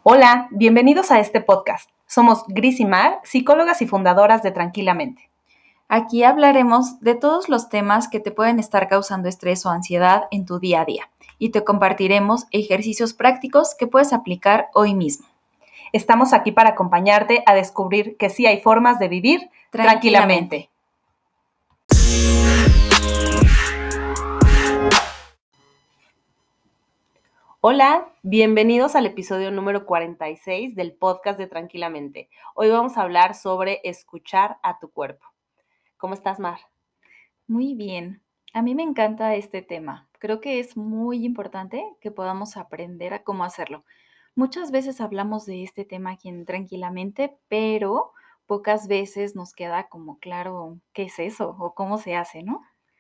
Hola, bienvenidos a este podcast. Somos Gris y Mar, psicólogas y fundadoras de Tranquilamente. Aquí hablaremos de todos los temas que te pueden estar causando estrés o ansiedad en tu día a día y te compartiremos ejercicios prácticos que puedes aplicar hoy mismo. Estamos aquí para acompañarte a descubrir que sí hay formas de vivir tranquilamente. Hola, bienvenidos al episodio número 46 del podcast de Tranquilamente. Hoy vamos a hablar sobre escuchar a tu cuerpo. ¿Cómo estás, Mar? Muy bien, a mí me encanta este tema. Creo que es muy importante que podamos aprender a cómo hacerlo. Muchas veces hablamos de este tema aquí en Tranquilamente, pero pocas veces nos queda como claro qué es eso o cómo se hace, ¿no?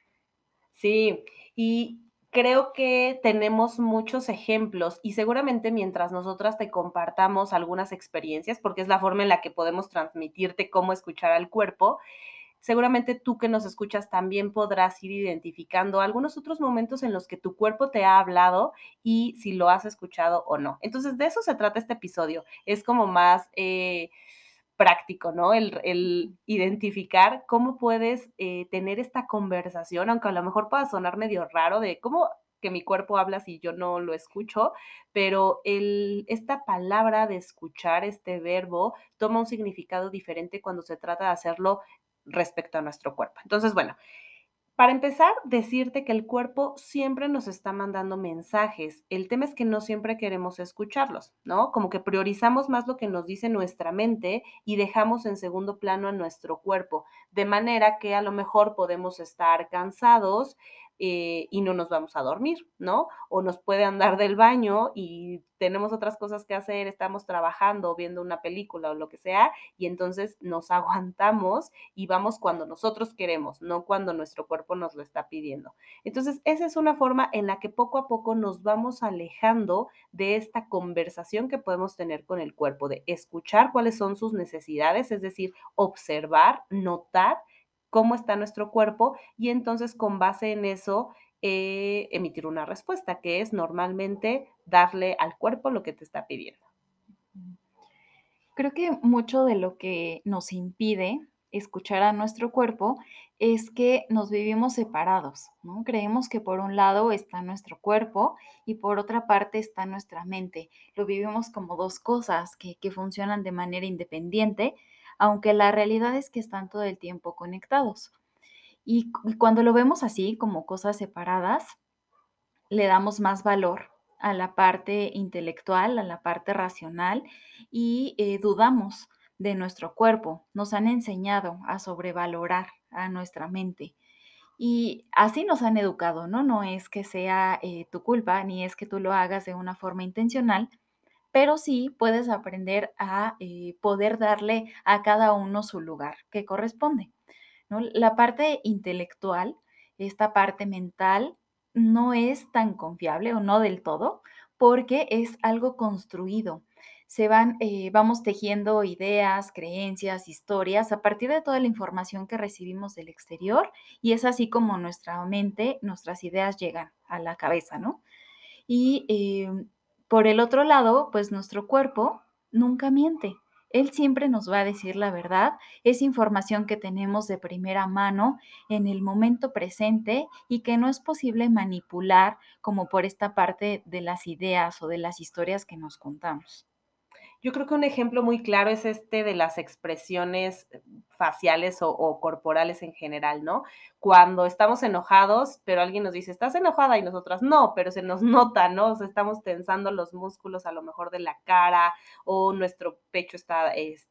Sí, y creo que tenemos muchos ejemplos y seguramente mientras nosotras te compartamos algunas experiencias, porque es la forma en la que podemos transmitirte cómo escuchar al cuerpo, seguramente tú que nos escuchas también podrás ir identificando algunos otros momentos en los que tu cuerpo te ha hablado y si lo has escuchado o no. Entonces, de eso se trata este episodio. Es como más práctico, ¿no? El identificar cómo puedes tener esta conversación, aunque a lo mejor pueda sonar medio raro de cómo que mi cuerpo habla si yo no lo escucho, pero esta palabra de escuchar, este verbo, toma un significado diferente cuando se trata de hacerlo respecto a nuestro cuerpo. Entonces, bueno, para empezar, decirte que el cuerpo siempre nos está mandando mensajes. El tema es que no siempre queremos escucharlos, ¿no? Como que priorizamos más lo que nos dice nuestra mente y dejamos en segundo plano a nuestro cuerpo, de manera que a lo mejor podemos estar cansados y no nos vamos a dormir, ¿no? O nos puede andar del baño y tenemos otras cosas que hacer, estamos trabajando, viendo una película o lo que sea, y entonces nos aguantamos y vamos cuando nosotros queremos, no cuando nuestro cuerpo nos lo está pidiendo. Entonces, esa es una forma en la que poco a poco nos vamos alejando de esta conversación que podemos tener con el cuerpo, de escuchar cuáles son sus necesidades, es decir, observar, notar cómo está nuestro cuerpo y entonces con base en eso emitir una respuesta, que es normalmente darle al cuerpo lo que te está pidiendo. Creo que mucho de lo que nos impide escuchar a nuestro cuerpo es que nos vivimos separados, ¿no? Creemos que por un lado está nuestro cuerpo y por otra parte está nuestra mente. Lo vivimos como dos cosas que funcionan de manera independiente, aunque la realidad es que están todo el tiempo conectados. Y cuando lo vemos así, como cosas separadas, le damos más valor a la parte intelectual, a la parte racional y dudamos de nuestro cuerpo. Nos han enseñado a sobrevalorar a nuestra mente. Y así nos han educado, ¿no? No es que sea tu culpa, ni es que tú lo hagas de una forma intencional, pero sí puedes aprender a poder darle a cada uno su lugar que corresponde, ¿no? La parte intelectual, esta parte mental, no es tan confiable o no del todo, porque es algo construido. Vamos tejiendo ideas, creencias, historias a partir de toda la información que recibimos del exterior y es así como nuestra mente, nuestras ideas llegan a la cabeza, ¿no? Y por el otro lado, pues nuestro cuerpo nunca miente. Él siempre nos va a decir la verdad, es información que tenemos de primera mano en el momento presente y que no es posible manipular como por esta parte de las ideas o de las historias que nos contamos. Yo creo que un ejemplo muy claro es este de las expresiones faciales o corporales en general, ¿no? Cuando estamos enojados, pero alguien nos dice, ¿estás enojada? Y nosotras, no, pero se nos nota, ¿no? O sea, estamos tensando los músculos a lo mejor de la cara o nuestro pecho está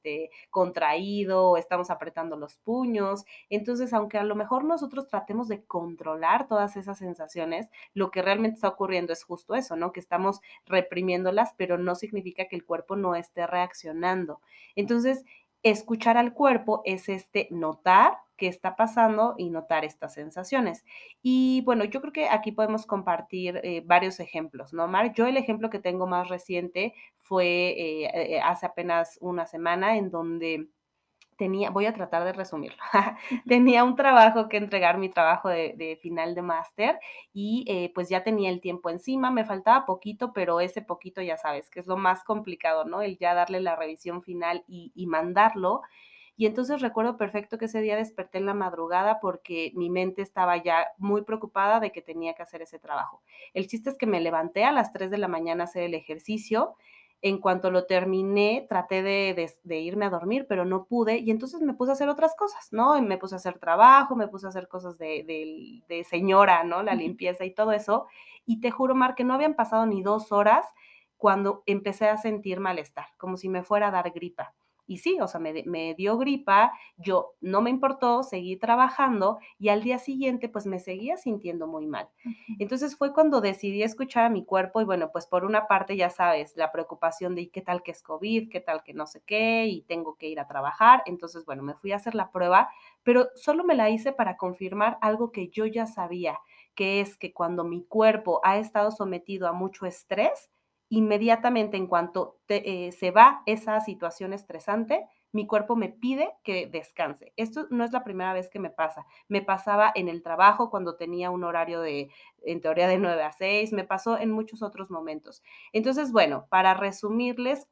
contraído o estamos apretando los puños. Entonces, aunque a lo mejor nosotros tratemos de controlar todas esas sensaciones, lo que realmente está ocurriendo es justo eso, ¿no? Que estamos reprimiéndolas, pero no significa que el cuerpo no esté reaccionando. Entonces, escuchar al cuerpo es notar qué está pasando y notar estas sensaciones. Y bueno, yo creo que aquí podemos compartir varios ejemplos, ¿no, Mar? Yo el ejemplo que tengo más reciente fue hace apenas una semana en donde voy a tratar de resumirlo. Ujú, Tenía un trabajo que entregar, mi trabajo de final de máster, y pues ya tenía el tiempo encima, me faltaba poquito, pero ese poquito ya sabes que es lo más complicado, ¿no? El ya darle la revisión final y mandarlo. Y entonces recuerdo perfecto que ese día desperté en la madrugada porque mi mente estaba ya muy preocupada de que tenía que hacer ese trabajo. El chiste es que me levanté a las 3 de la mañana a hacer el ejercicio. En cuanto lo terminé, traté de irme a dormir, pero no pude, y entonces me puse a hacer otras cosas, ¿no? Y me puse a hacer trabajo, me puse a hacer cosas de señora, ¿no? La ujú, limpieza y todo eso. Y te juro, Mar, que no habían pasado ni 2 horas cuando empecé a sentir malestar, como si me fuera a dar gripa. Y sí, o sea, me dio gripa, yo no me importó, seguí trabajando y al día siguiente, pues me seguía sintiendo muy mal. ujú, Entonces fue cuando decidí escuchar a mi cuerpo y bueno, pues por una parte, ya sabes, la preocupación de qué tal que es COVID, qué tal que no sé qué y tengo que ir a trabajar. Entonces, bueno, me fui a hacer la prueba, pero solo me la hice para confirmar algo que yo ya sabía, que es que cuando mi cuerpo ha estado sometido a mucho estrés, inmediatamente en cuanto se va esa situación estresante, mi cuerpo me pide que descanse. Esto no es la primera vez que me pasa. Me pasaba en el trabajo cuando tenía un horario en teoría de 9 a 6, me pasó en muchos otros momentos. Entonces, bueno, para resumirles,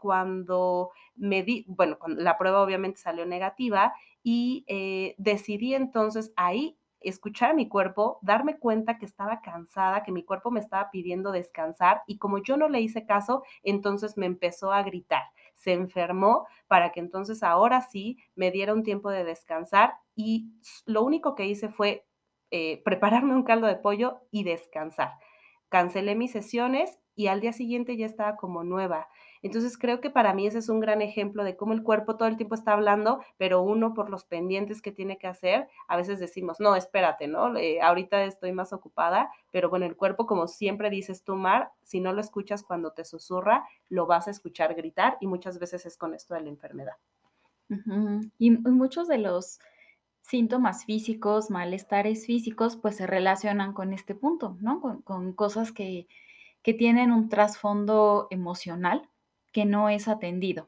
cuando la prueba obviamente salió negativa y decidí entonces ahí escuchar a mi cuerpo, darme cuenta que estaba cansada, que mi cuerpo me estaba pidiendo descansar y como yo no le hice caso, entonces me empezó a gritar. Se enfermó para que entonces ahora sí me diera un tiempo de descansar y lo único que hice fue prepararme un caldo de pollo y descansar. Cancelé mis sesiones y al día siguiente ya estaba como nueva. Entonces creo que para mí ese es un gran ejemplo de cómo el cuerpo todo el tiempo está hablando, pero uno por los pendientes que tiene que hacer, a veces decimos, no, espérate, ¿no? Ahorita estoy más ocupada, pero bueno, el cuerpo, como siempre dices tú, Mar, si no lo escuchas cuando te susurra, lo vas a escuchar gritar y muchas veces es con esto de la enfermedad. ujú. Y muchos de los síntomas físicos, malestares físicos, pues se relacionan con este punto, ¿no? Con cosas que tienen un trasfondo emocional que no es atendido.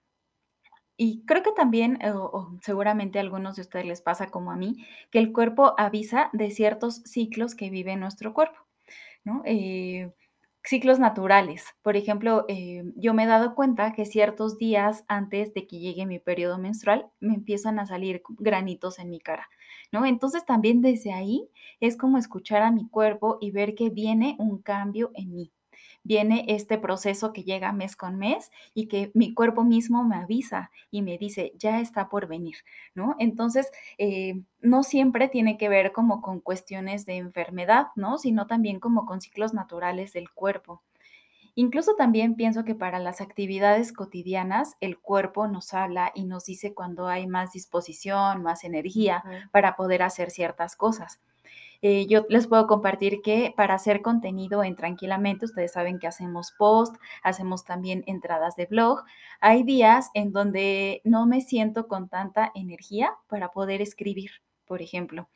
Y creo que también, o seguramente a algunos de ustedes les pasa como a mí, que el cuerpo avisa de ciertos ciclos que vive nuestro cuerpo, ¿no? Ciclos naturales. Por ejemplo, yo me he dado cuenta que ciertos días antes de que llegue mi periodo menstrual me empiezan a salir granitos en mi cara, ¿no? Entonces también desde ahí es como escuchar a mi cuerpo y ver que viene un cambio en mí. Viene este proceso que llega mes con mes y que mi cuerpo mismo me avisa y me dice, ya está por venir, ¿no? Entonces, no siempre tiene que ver como con cuestiones de enfermedad, ¿no? Sino también como con ciclos naturales del cuerpo. Incluso también pienso que para las actividades cotidianas el cuerpo nos habla y nos dice cuando hay más disposición, más energía Ujú. para poder hacer ciertas cosas. Yo les puedo compartir que para hacer contenido en Tranquilamente, ustedes saben que hacemos post, hacemos también entradas de blog. Hay días en donde no me siento con tanta energía para poder escribir, por ejemplo.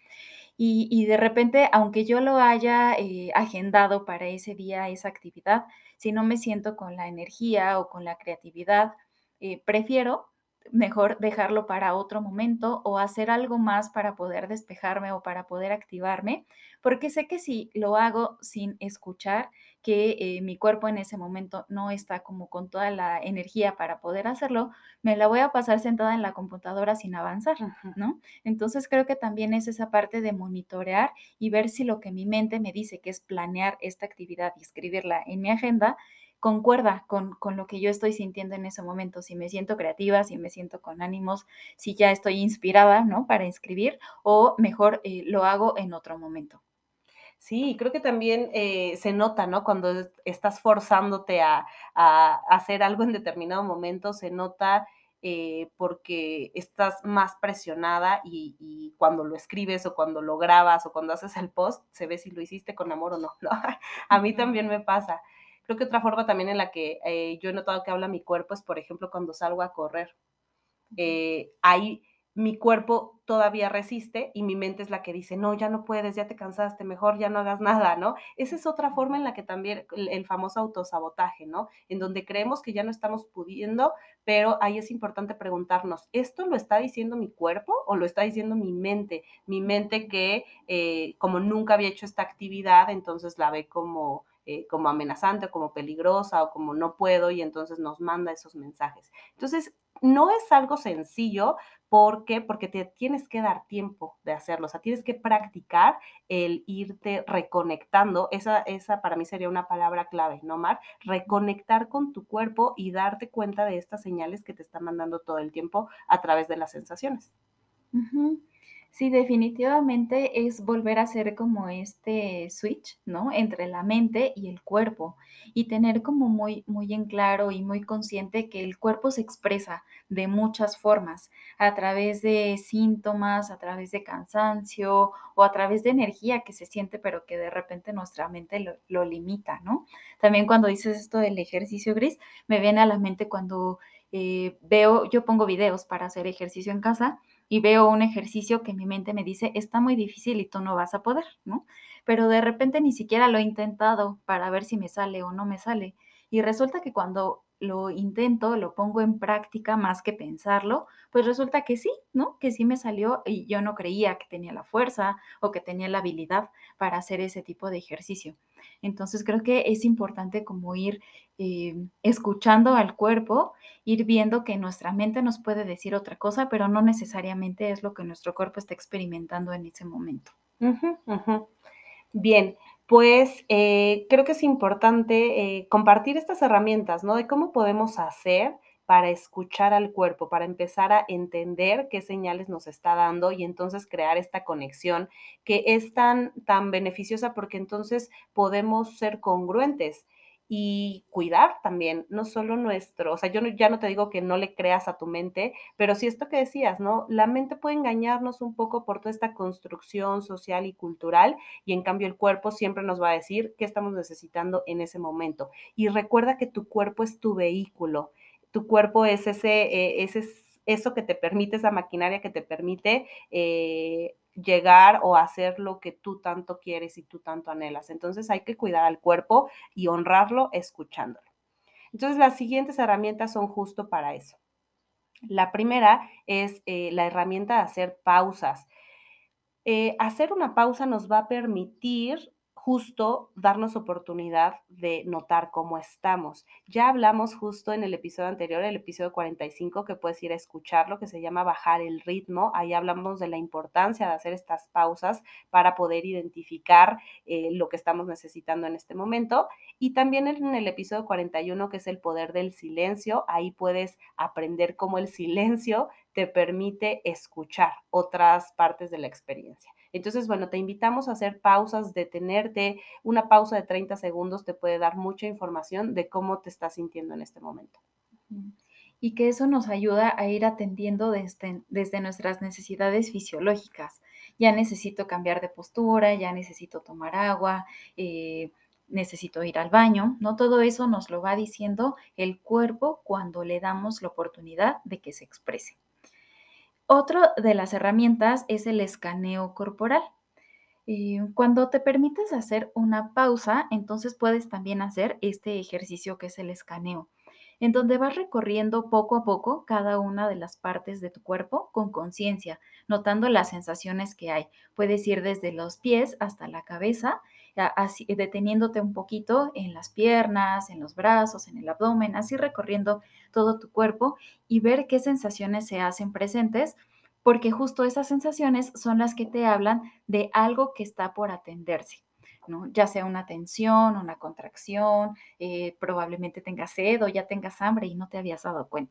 Y de repente, aunque yo lo haya agendado para ese día, esa actividad, si no me siento con la energía o con la creatividad, prefiero mejor dejarlo para otro momento o hacer algo más para poder despejarme o para poder activarme, porque sé que si lo hago sin escuchar que mi cuerpo en ese momento no está como con toda la energía para poder hacerlo, me la voy a pasar sentada en la computadora sin avanzar, Ujú. ¿no? Entonces creo que también es esa parte de monitorear y ver si lo que mi mente me dice que es planear esta actividad y escribirla en mi agenda, concuerda con lo que yo estoy sintiendo en ese momento, si me siento creativa, si me siento con ánimos, si ya estoy inspirada, ¿no? Para escribir o mejor lo hago en otro momento. Sí, creo que también, se nota, ¿no? Cuando estás forzándote a hacer algo en determinado momento, se nota, porque estás más presionada y cuando lo escribes, o cuando lo grabas, o cuando haces el post, se ve si lo hiciste con amor o no, ¿no? A mí Ujú, también me pasa. Creo que otra forma también en la que, yo he notado que habla mi cuerpo es, por ejemplo, cuando salgo a correr. ujú, Ahí mi cuerpo todavía resiste y mi mente es la que dice, no, ya no puedes, ya te cansaste, mejor ya no hagas nada, ¿no? Esa es otra forma en la que también el famoso autosabotaje, ¿no? En donde creemos que ya no estamos pudiendo, pero ahí es importante preguntarnos, ¿esto lo está diciendo mi cuerpo o lo está diciendo mi mente? Mi mente que como nunca había hecho esta actividad, entonces la ve como amenazante o como peligrosa o como no puedo y entonces nos manda esos mensajes. Entonces, no es algo sencillo. ¿Por qué? Porque te tienes que dar tiempo de hacerlo, o sea, tienes que practicar el irte reconectando. Esa para mí sería una palabra clave, ¿no, Mar? Reconectar con tu cuerpo y darte cuenta de estas señales que te está mandando todo el tiempo a través de las sensaciones. Ujú. Sí, definitivamente es volver a hacer como este switch, ¿no? Entre la mente y el cuerpo y tener como muy en claro y muy consciente que el cuerpo se expresa de muchas formas, a través de síntomas, a través de cansancio o a través de energía que se siente, pero que de repente nuestra mente lo limita, ¿no? También cuando dices esto del ejercicio gris, me viene a la mente cuando yo pongo videos para hacer ejercicio en casa y veo un ejercicio que mi mente me dice, está muy difícil y tú no vas a poder, ¿no? Pero de repente ni siquiera lo he intentado para ver si me sale o no me sale. Y resulta que cuando lo intento, lo pongo en práctica más que pensarlo, pues resulta que sí, ¿no? Que sí me salió y yo no creía que tenía la fuerza o que tenía la habilidad para hacer ese tipo de ejercicio. Entonces creo que es importante como ir escuchando al cuerpo, ir viendo que nuestra mente nos puede decir otra cosa, pero no necesariamente es lo que nuestro cuerpo está experimentando en ese momento. Ujú, ujú. Bien, pues creo que es importante compartir estas herramientas, ¿no? De cómo podemos hacer para escuchar al cuerpo, para empezar a entender qué señales nos está dando y entonces crear esta conexión que es tan beneficiosa porque entonces podemos ser congruentes y cuidar también, no solo nuestro, o sea, ya no te digo que no le creas a tu mente, pero sí esto que decías, ¿no? La mente puede engañarnos un poco por toda esta construcción social y cultural y en cambio el cuerpo siempre nos va a decir qué estamos necesitando en ese momento. Y recuerda que tu cuerpo es tu vehículo, tu cuerpo es eso que te permite, esa maquinaria que te permite llegar o hacer lo que tú tanto quieres y tú tanto anhelas. Entonces hay que cuidar al cuerpo y honrarlo escuchándolo. Entonces las siguientes herramientas son justo para eso. La primera es la herramienta de hacer pausas. Hacer una pausa nos va a permitir justo darnos oportunidad de notar cómo estamos. Ya hablamos justo en el episodio anterior, el episodio 45, que puedes ir a escucharlo, que se llama Bajar el ritmo. Ahí hablamos de la importancia de hacer estas pausas para poder identificar lo que estamos necesitando en este momento. Y también en el episodio 41, que es el poder del silencio, ahí puedes aprender cómo el silencio te permite escuchar otras partes de la experiencia. Entonces, bueno, te invitamos a hacer pausas, detenerte. Una pausa de 30 segundos te puede dar mucha información de cómo te estás sintiendo en este momento. Mm. Y que eso nos ayuda a ir atendiendo desde nuestras necesidades fisiológicas. Ya necesito cambiar de postura, ya necesito tomar agua, eh, necesito ir al baño, ¿no? Todo eso nos lo va diciendo el cuerpo cuando le damos la oportunidad de que se exprese. Otra de las herramientas es el escaneo corporal. Cuando te permites hacer una pausa, entonces puedes también hacer este ejercicio que es el escaneo, en donde vas recorriendo poco a poco cada una de las partes de tu cuerpo con conciencia, notando las sensaciones que hay. Puedes ir desde los pies hasta la cabeza, así, deteniéndote un poquito en las piernas, en los brazos, en el abdomen, así recorriendo todo tu cuerpo y ver qué sensaciones se hacen presentes, porque justo esas sensaciones son las que te hablan de algo que está por atenderse, ¿no? Ya sea una tensión, una contracción, probablemente tengas sed o ya tengas hambre y no te habías dado cuenta.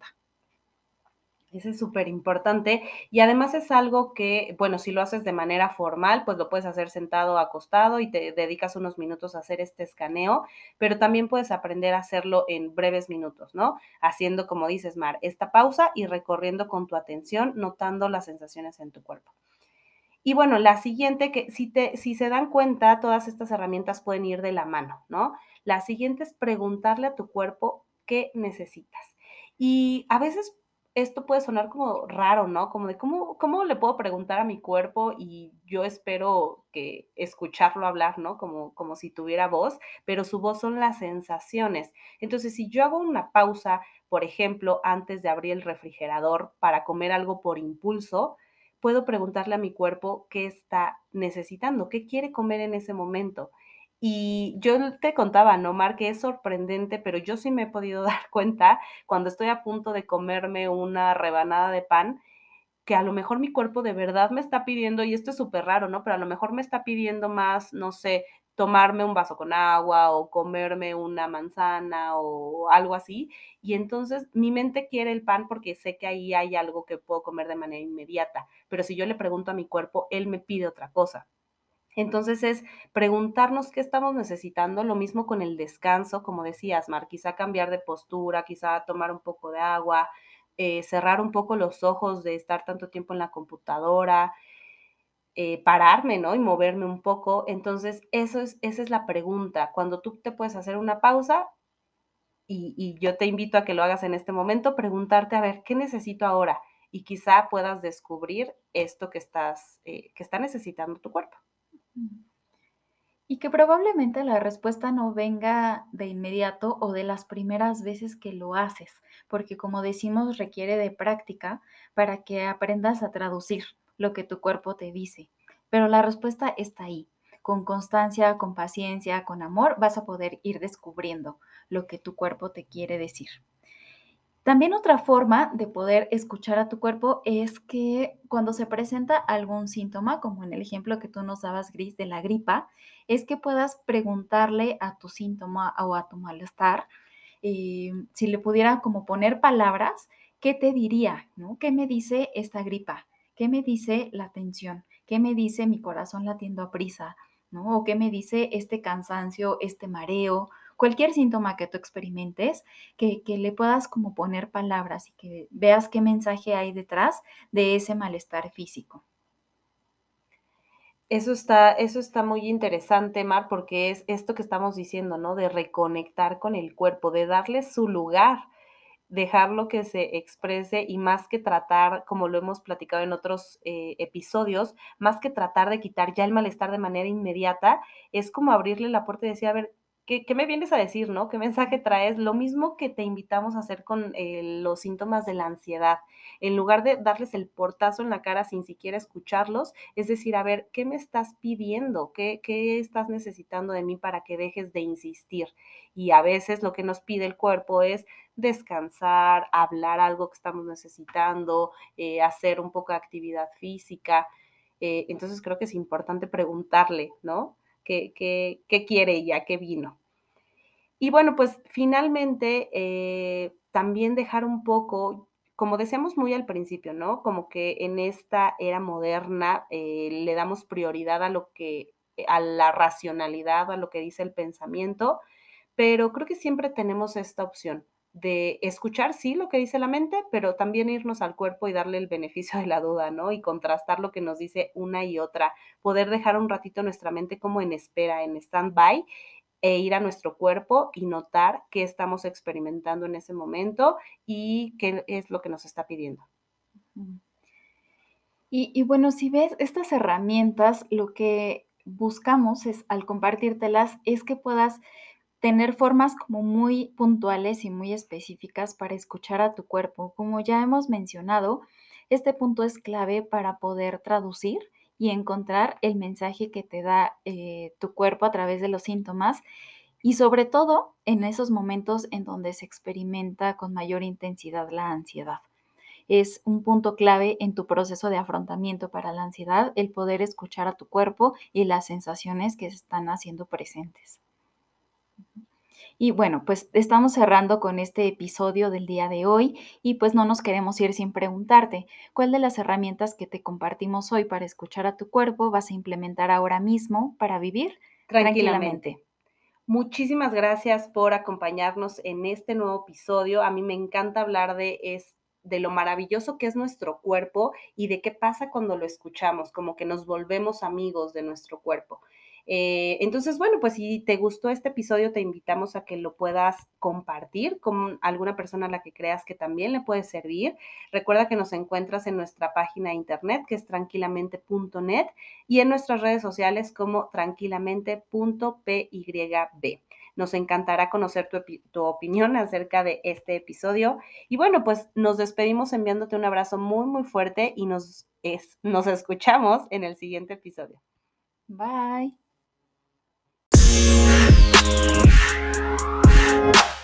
Eso es súper importante y además es algo que, bueno, si lo haces de manera formal, pues lo puedes hacer sentado o acostado y te dedicas unos minutos a hacer este escaneo, pero también puedes aprender a hacerlo en breves minutos, ¿no? Haciendo, como dices, Mar, esta pausa y recorriendo con tu atención, notando las sensaciones en tu cuerpo. Y bueno, la siguiente, que si se dan cuenta, todas estas herramientas pueden ir de la mano, ¿no? La siguiente es preguntarle a tu cuerpo qué necesitas. Y a veces esto puede sonar como raro, ¿no? Como de, ¿cómo le puedo preguntar a mi cuerpo? Y yo espero que escucharlo hablar, ¿no? Como si tuviera voz, pero su voz son las sensaciones. Entonces, si yo hago una pausa, por ejemplo, antes de abrir el refrigerador para comer algo por impulso, puedo preguntarle a mi cuerpo qué está necesitando, qué quiere comer en ese momento. Y yo te contaba, ¿no, Mar? Que es sorprendente, pero yo sí me he podido dar cuenta cuando estoy a punto de comerme una rebanada de pan, que a lo mejor mi cuerpo de verdad me está pidiendo, y esto es súper raro, ¿no? Pero a lo mejor me está pidiendo más, no sé, tomarme un vaso con agua o comerme una manzana o algo así. Y entonces mi mente quiere el pan porque sé que ahí hay algo que puedo comer de manera inmediata. Pero si yo le pregunto a mi cuerpo, él me pide otra cosa. Entonces es preguntarnos qué estamos necesitando, lo mismo con el descanso, como decías, Mar, quizá cambiar de postura, quizá tomar un poco de agua, cerrar un poco los ojos de estar tanto tiempo en la computadora, pararme, ¿no? Y moverme un poco. Entonces, esa es la pregunta. Cuando tú te puedes hacer una pausa, y yo te invito a que lo hagas en este momento, preguntarte, a ver, ¿qué necesito ahora? Y quizá puedas descubrir esto que está necesitando tu cuerpo. Mm. Y que probablemente la respuesta no venga de inmediato o de las primeras veces que lo haces, porque como decimos, requiere de práctica para que aprendas a traducir lo que tu cuerpo te dice. Pero la respuesta está ahí. Con constancia, con paciencia, con amor, vas a poder ir descubriendo lo que tu cuerpo te quiere decir. También otra forma de poder escuchar a tu cuerpo es que cuando se presenta algún síntoma, como en el ejemplo que tú nos dabas, Gris, de la gripa, es que puedas preguntarle a tu síntoma o a tu malestar, si le pudiera como poner palabras, ¿qué te diría? ¿No? ¿Qué me dice esta gripa? ¿Qué me dice la tensión? ¿Qué me dice mi corazón latiendo a prisa? ¿No? ¿O qué me dice este cansancio, este mareo? Cualquier síntoma que tú experimentes, que le puedas como poner palabras y que veas qué mensaje hay detrás de ese malestar físico. Eso está muy interesante, Mar, porque es esto que estamos diciendo, ¿no? De reconectar con el cuerpo, de darle su lugar, dejarlo que se exprese y más que tratar, como lo hemos platicado en otros episodios, más que tratar de quitar ya el malestar de manera inmediata, es como abrirle la puerta y decir, a ver, ¿qué me vienes a decir, no? ¿Qué mensaje traes? Lo mismo que te invitamos a hacer con los síntomas de la ansiedad. En lugar de darles el portazo en la cara sin siquiera escucharlos, es decir, a ver, ¿qué me estás pidiendo? ¿Qué estás necesitando de mí para que dejes de insistir? Y a veces lo que nos pide el cuerpo es descansar, hablar algo que estamos necesitando, hacer un poco de actividad física. Entonces creo que es importante preguntarle, ¿no? ¿Qué quiere y a qué vino? Y bueno, pues finalmente también dejar un poco, como decíamos muy al principio, ¿no? Como que en esta era moderna le damos prioridad a lo que, a la racionalidad, a lo que dice el pensamiento, pero creo que siempre tenemos esta opción de escuchar, sí, lo que dice la mente, pero también irnos al cuerpo y darle el beneficio de la duda, ¿no? Y contrastar lo que nos dice una y otra, poder dejar un ratito nuestra mente como en espera, en stand-by, e ir a nuestro cuerpo y notar qué estamos experimentando en ese momento y qué es lo que nos está pidiendo. Mm. Y bueno, si ves estas herramientas, lo que buscamos es, al compartírtelas, es que puedas tener formas como muy puntuales y muy específicas para escuchar a tu cuerpo. Como ya hemos mencionado, este punto es clave para poder traducir y encontrar el mensaje que te da tu cuerpo a través de los síntomas y sobre todo en esos momentos en donde se experimenta con mayor intensidad la ansiedad. Es un punto clave en tu proceso de afrontamiento para la ansiedad, el poder escuchar a tu cuerpo y las sensaciones que se están haciendo presentes. Y bueno, pues estamos cerrando con este episodio del día de hoy y pues no nos queremos ir sin preguntarte, ¿cuál de las herramientas que te compartimos hoy para escuchar a tu cuerpo vas a implementar ahora mismo para vivir Tranquilamente. tranquilamente? Muchísimas gracias por acompañarnos en este nuevo episodio. A mí me encanta hablar de lo maravilloso que es nuestro cuerpo y de qué pasa cuando lo escuchamos, como que nos volvemos amigos de nuestro cuerpo. Entonces, bueno, pues si te gustó este episodio, te invitamos a que lo puedas compartir con alguna persona a la que creas que también le puede servir. Recuerda que nos encuentras en nuestra página de internet, que es tranquilamente.net, y en nuestras redes sociales como tranquilamente.pyb. Nos encantará conocer tu opinión acerca de este episodio. Y bueno, pues nos despedimos enviándote un abrazo muy, muy fuerte y nos escuchamos en el siguiente episodio. Bye.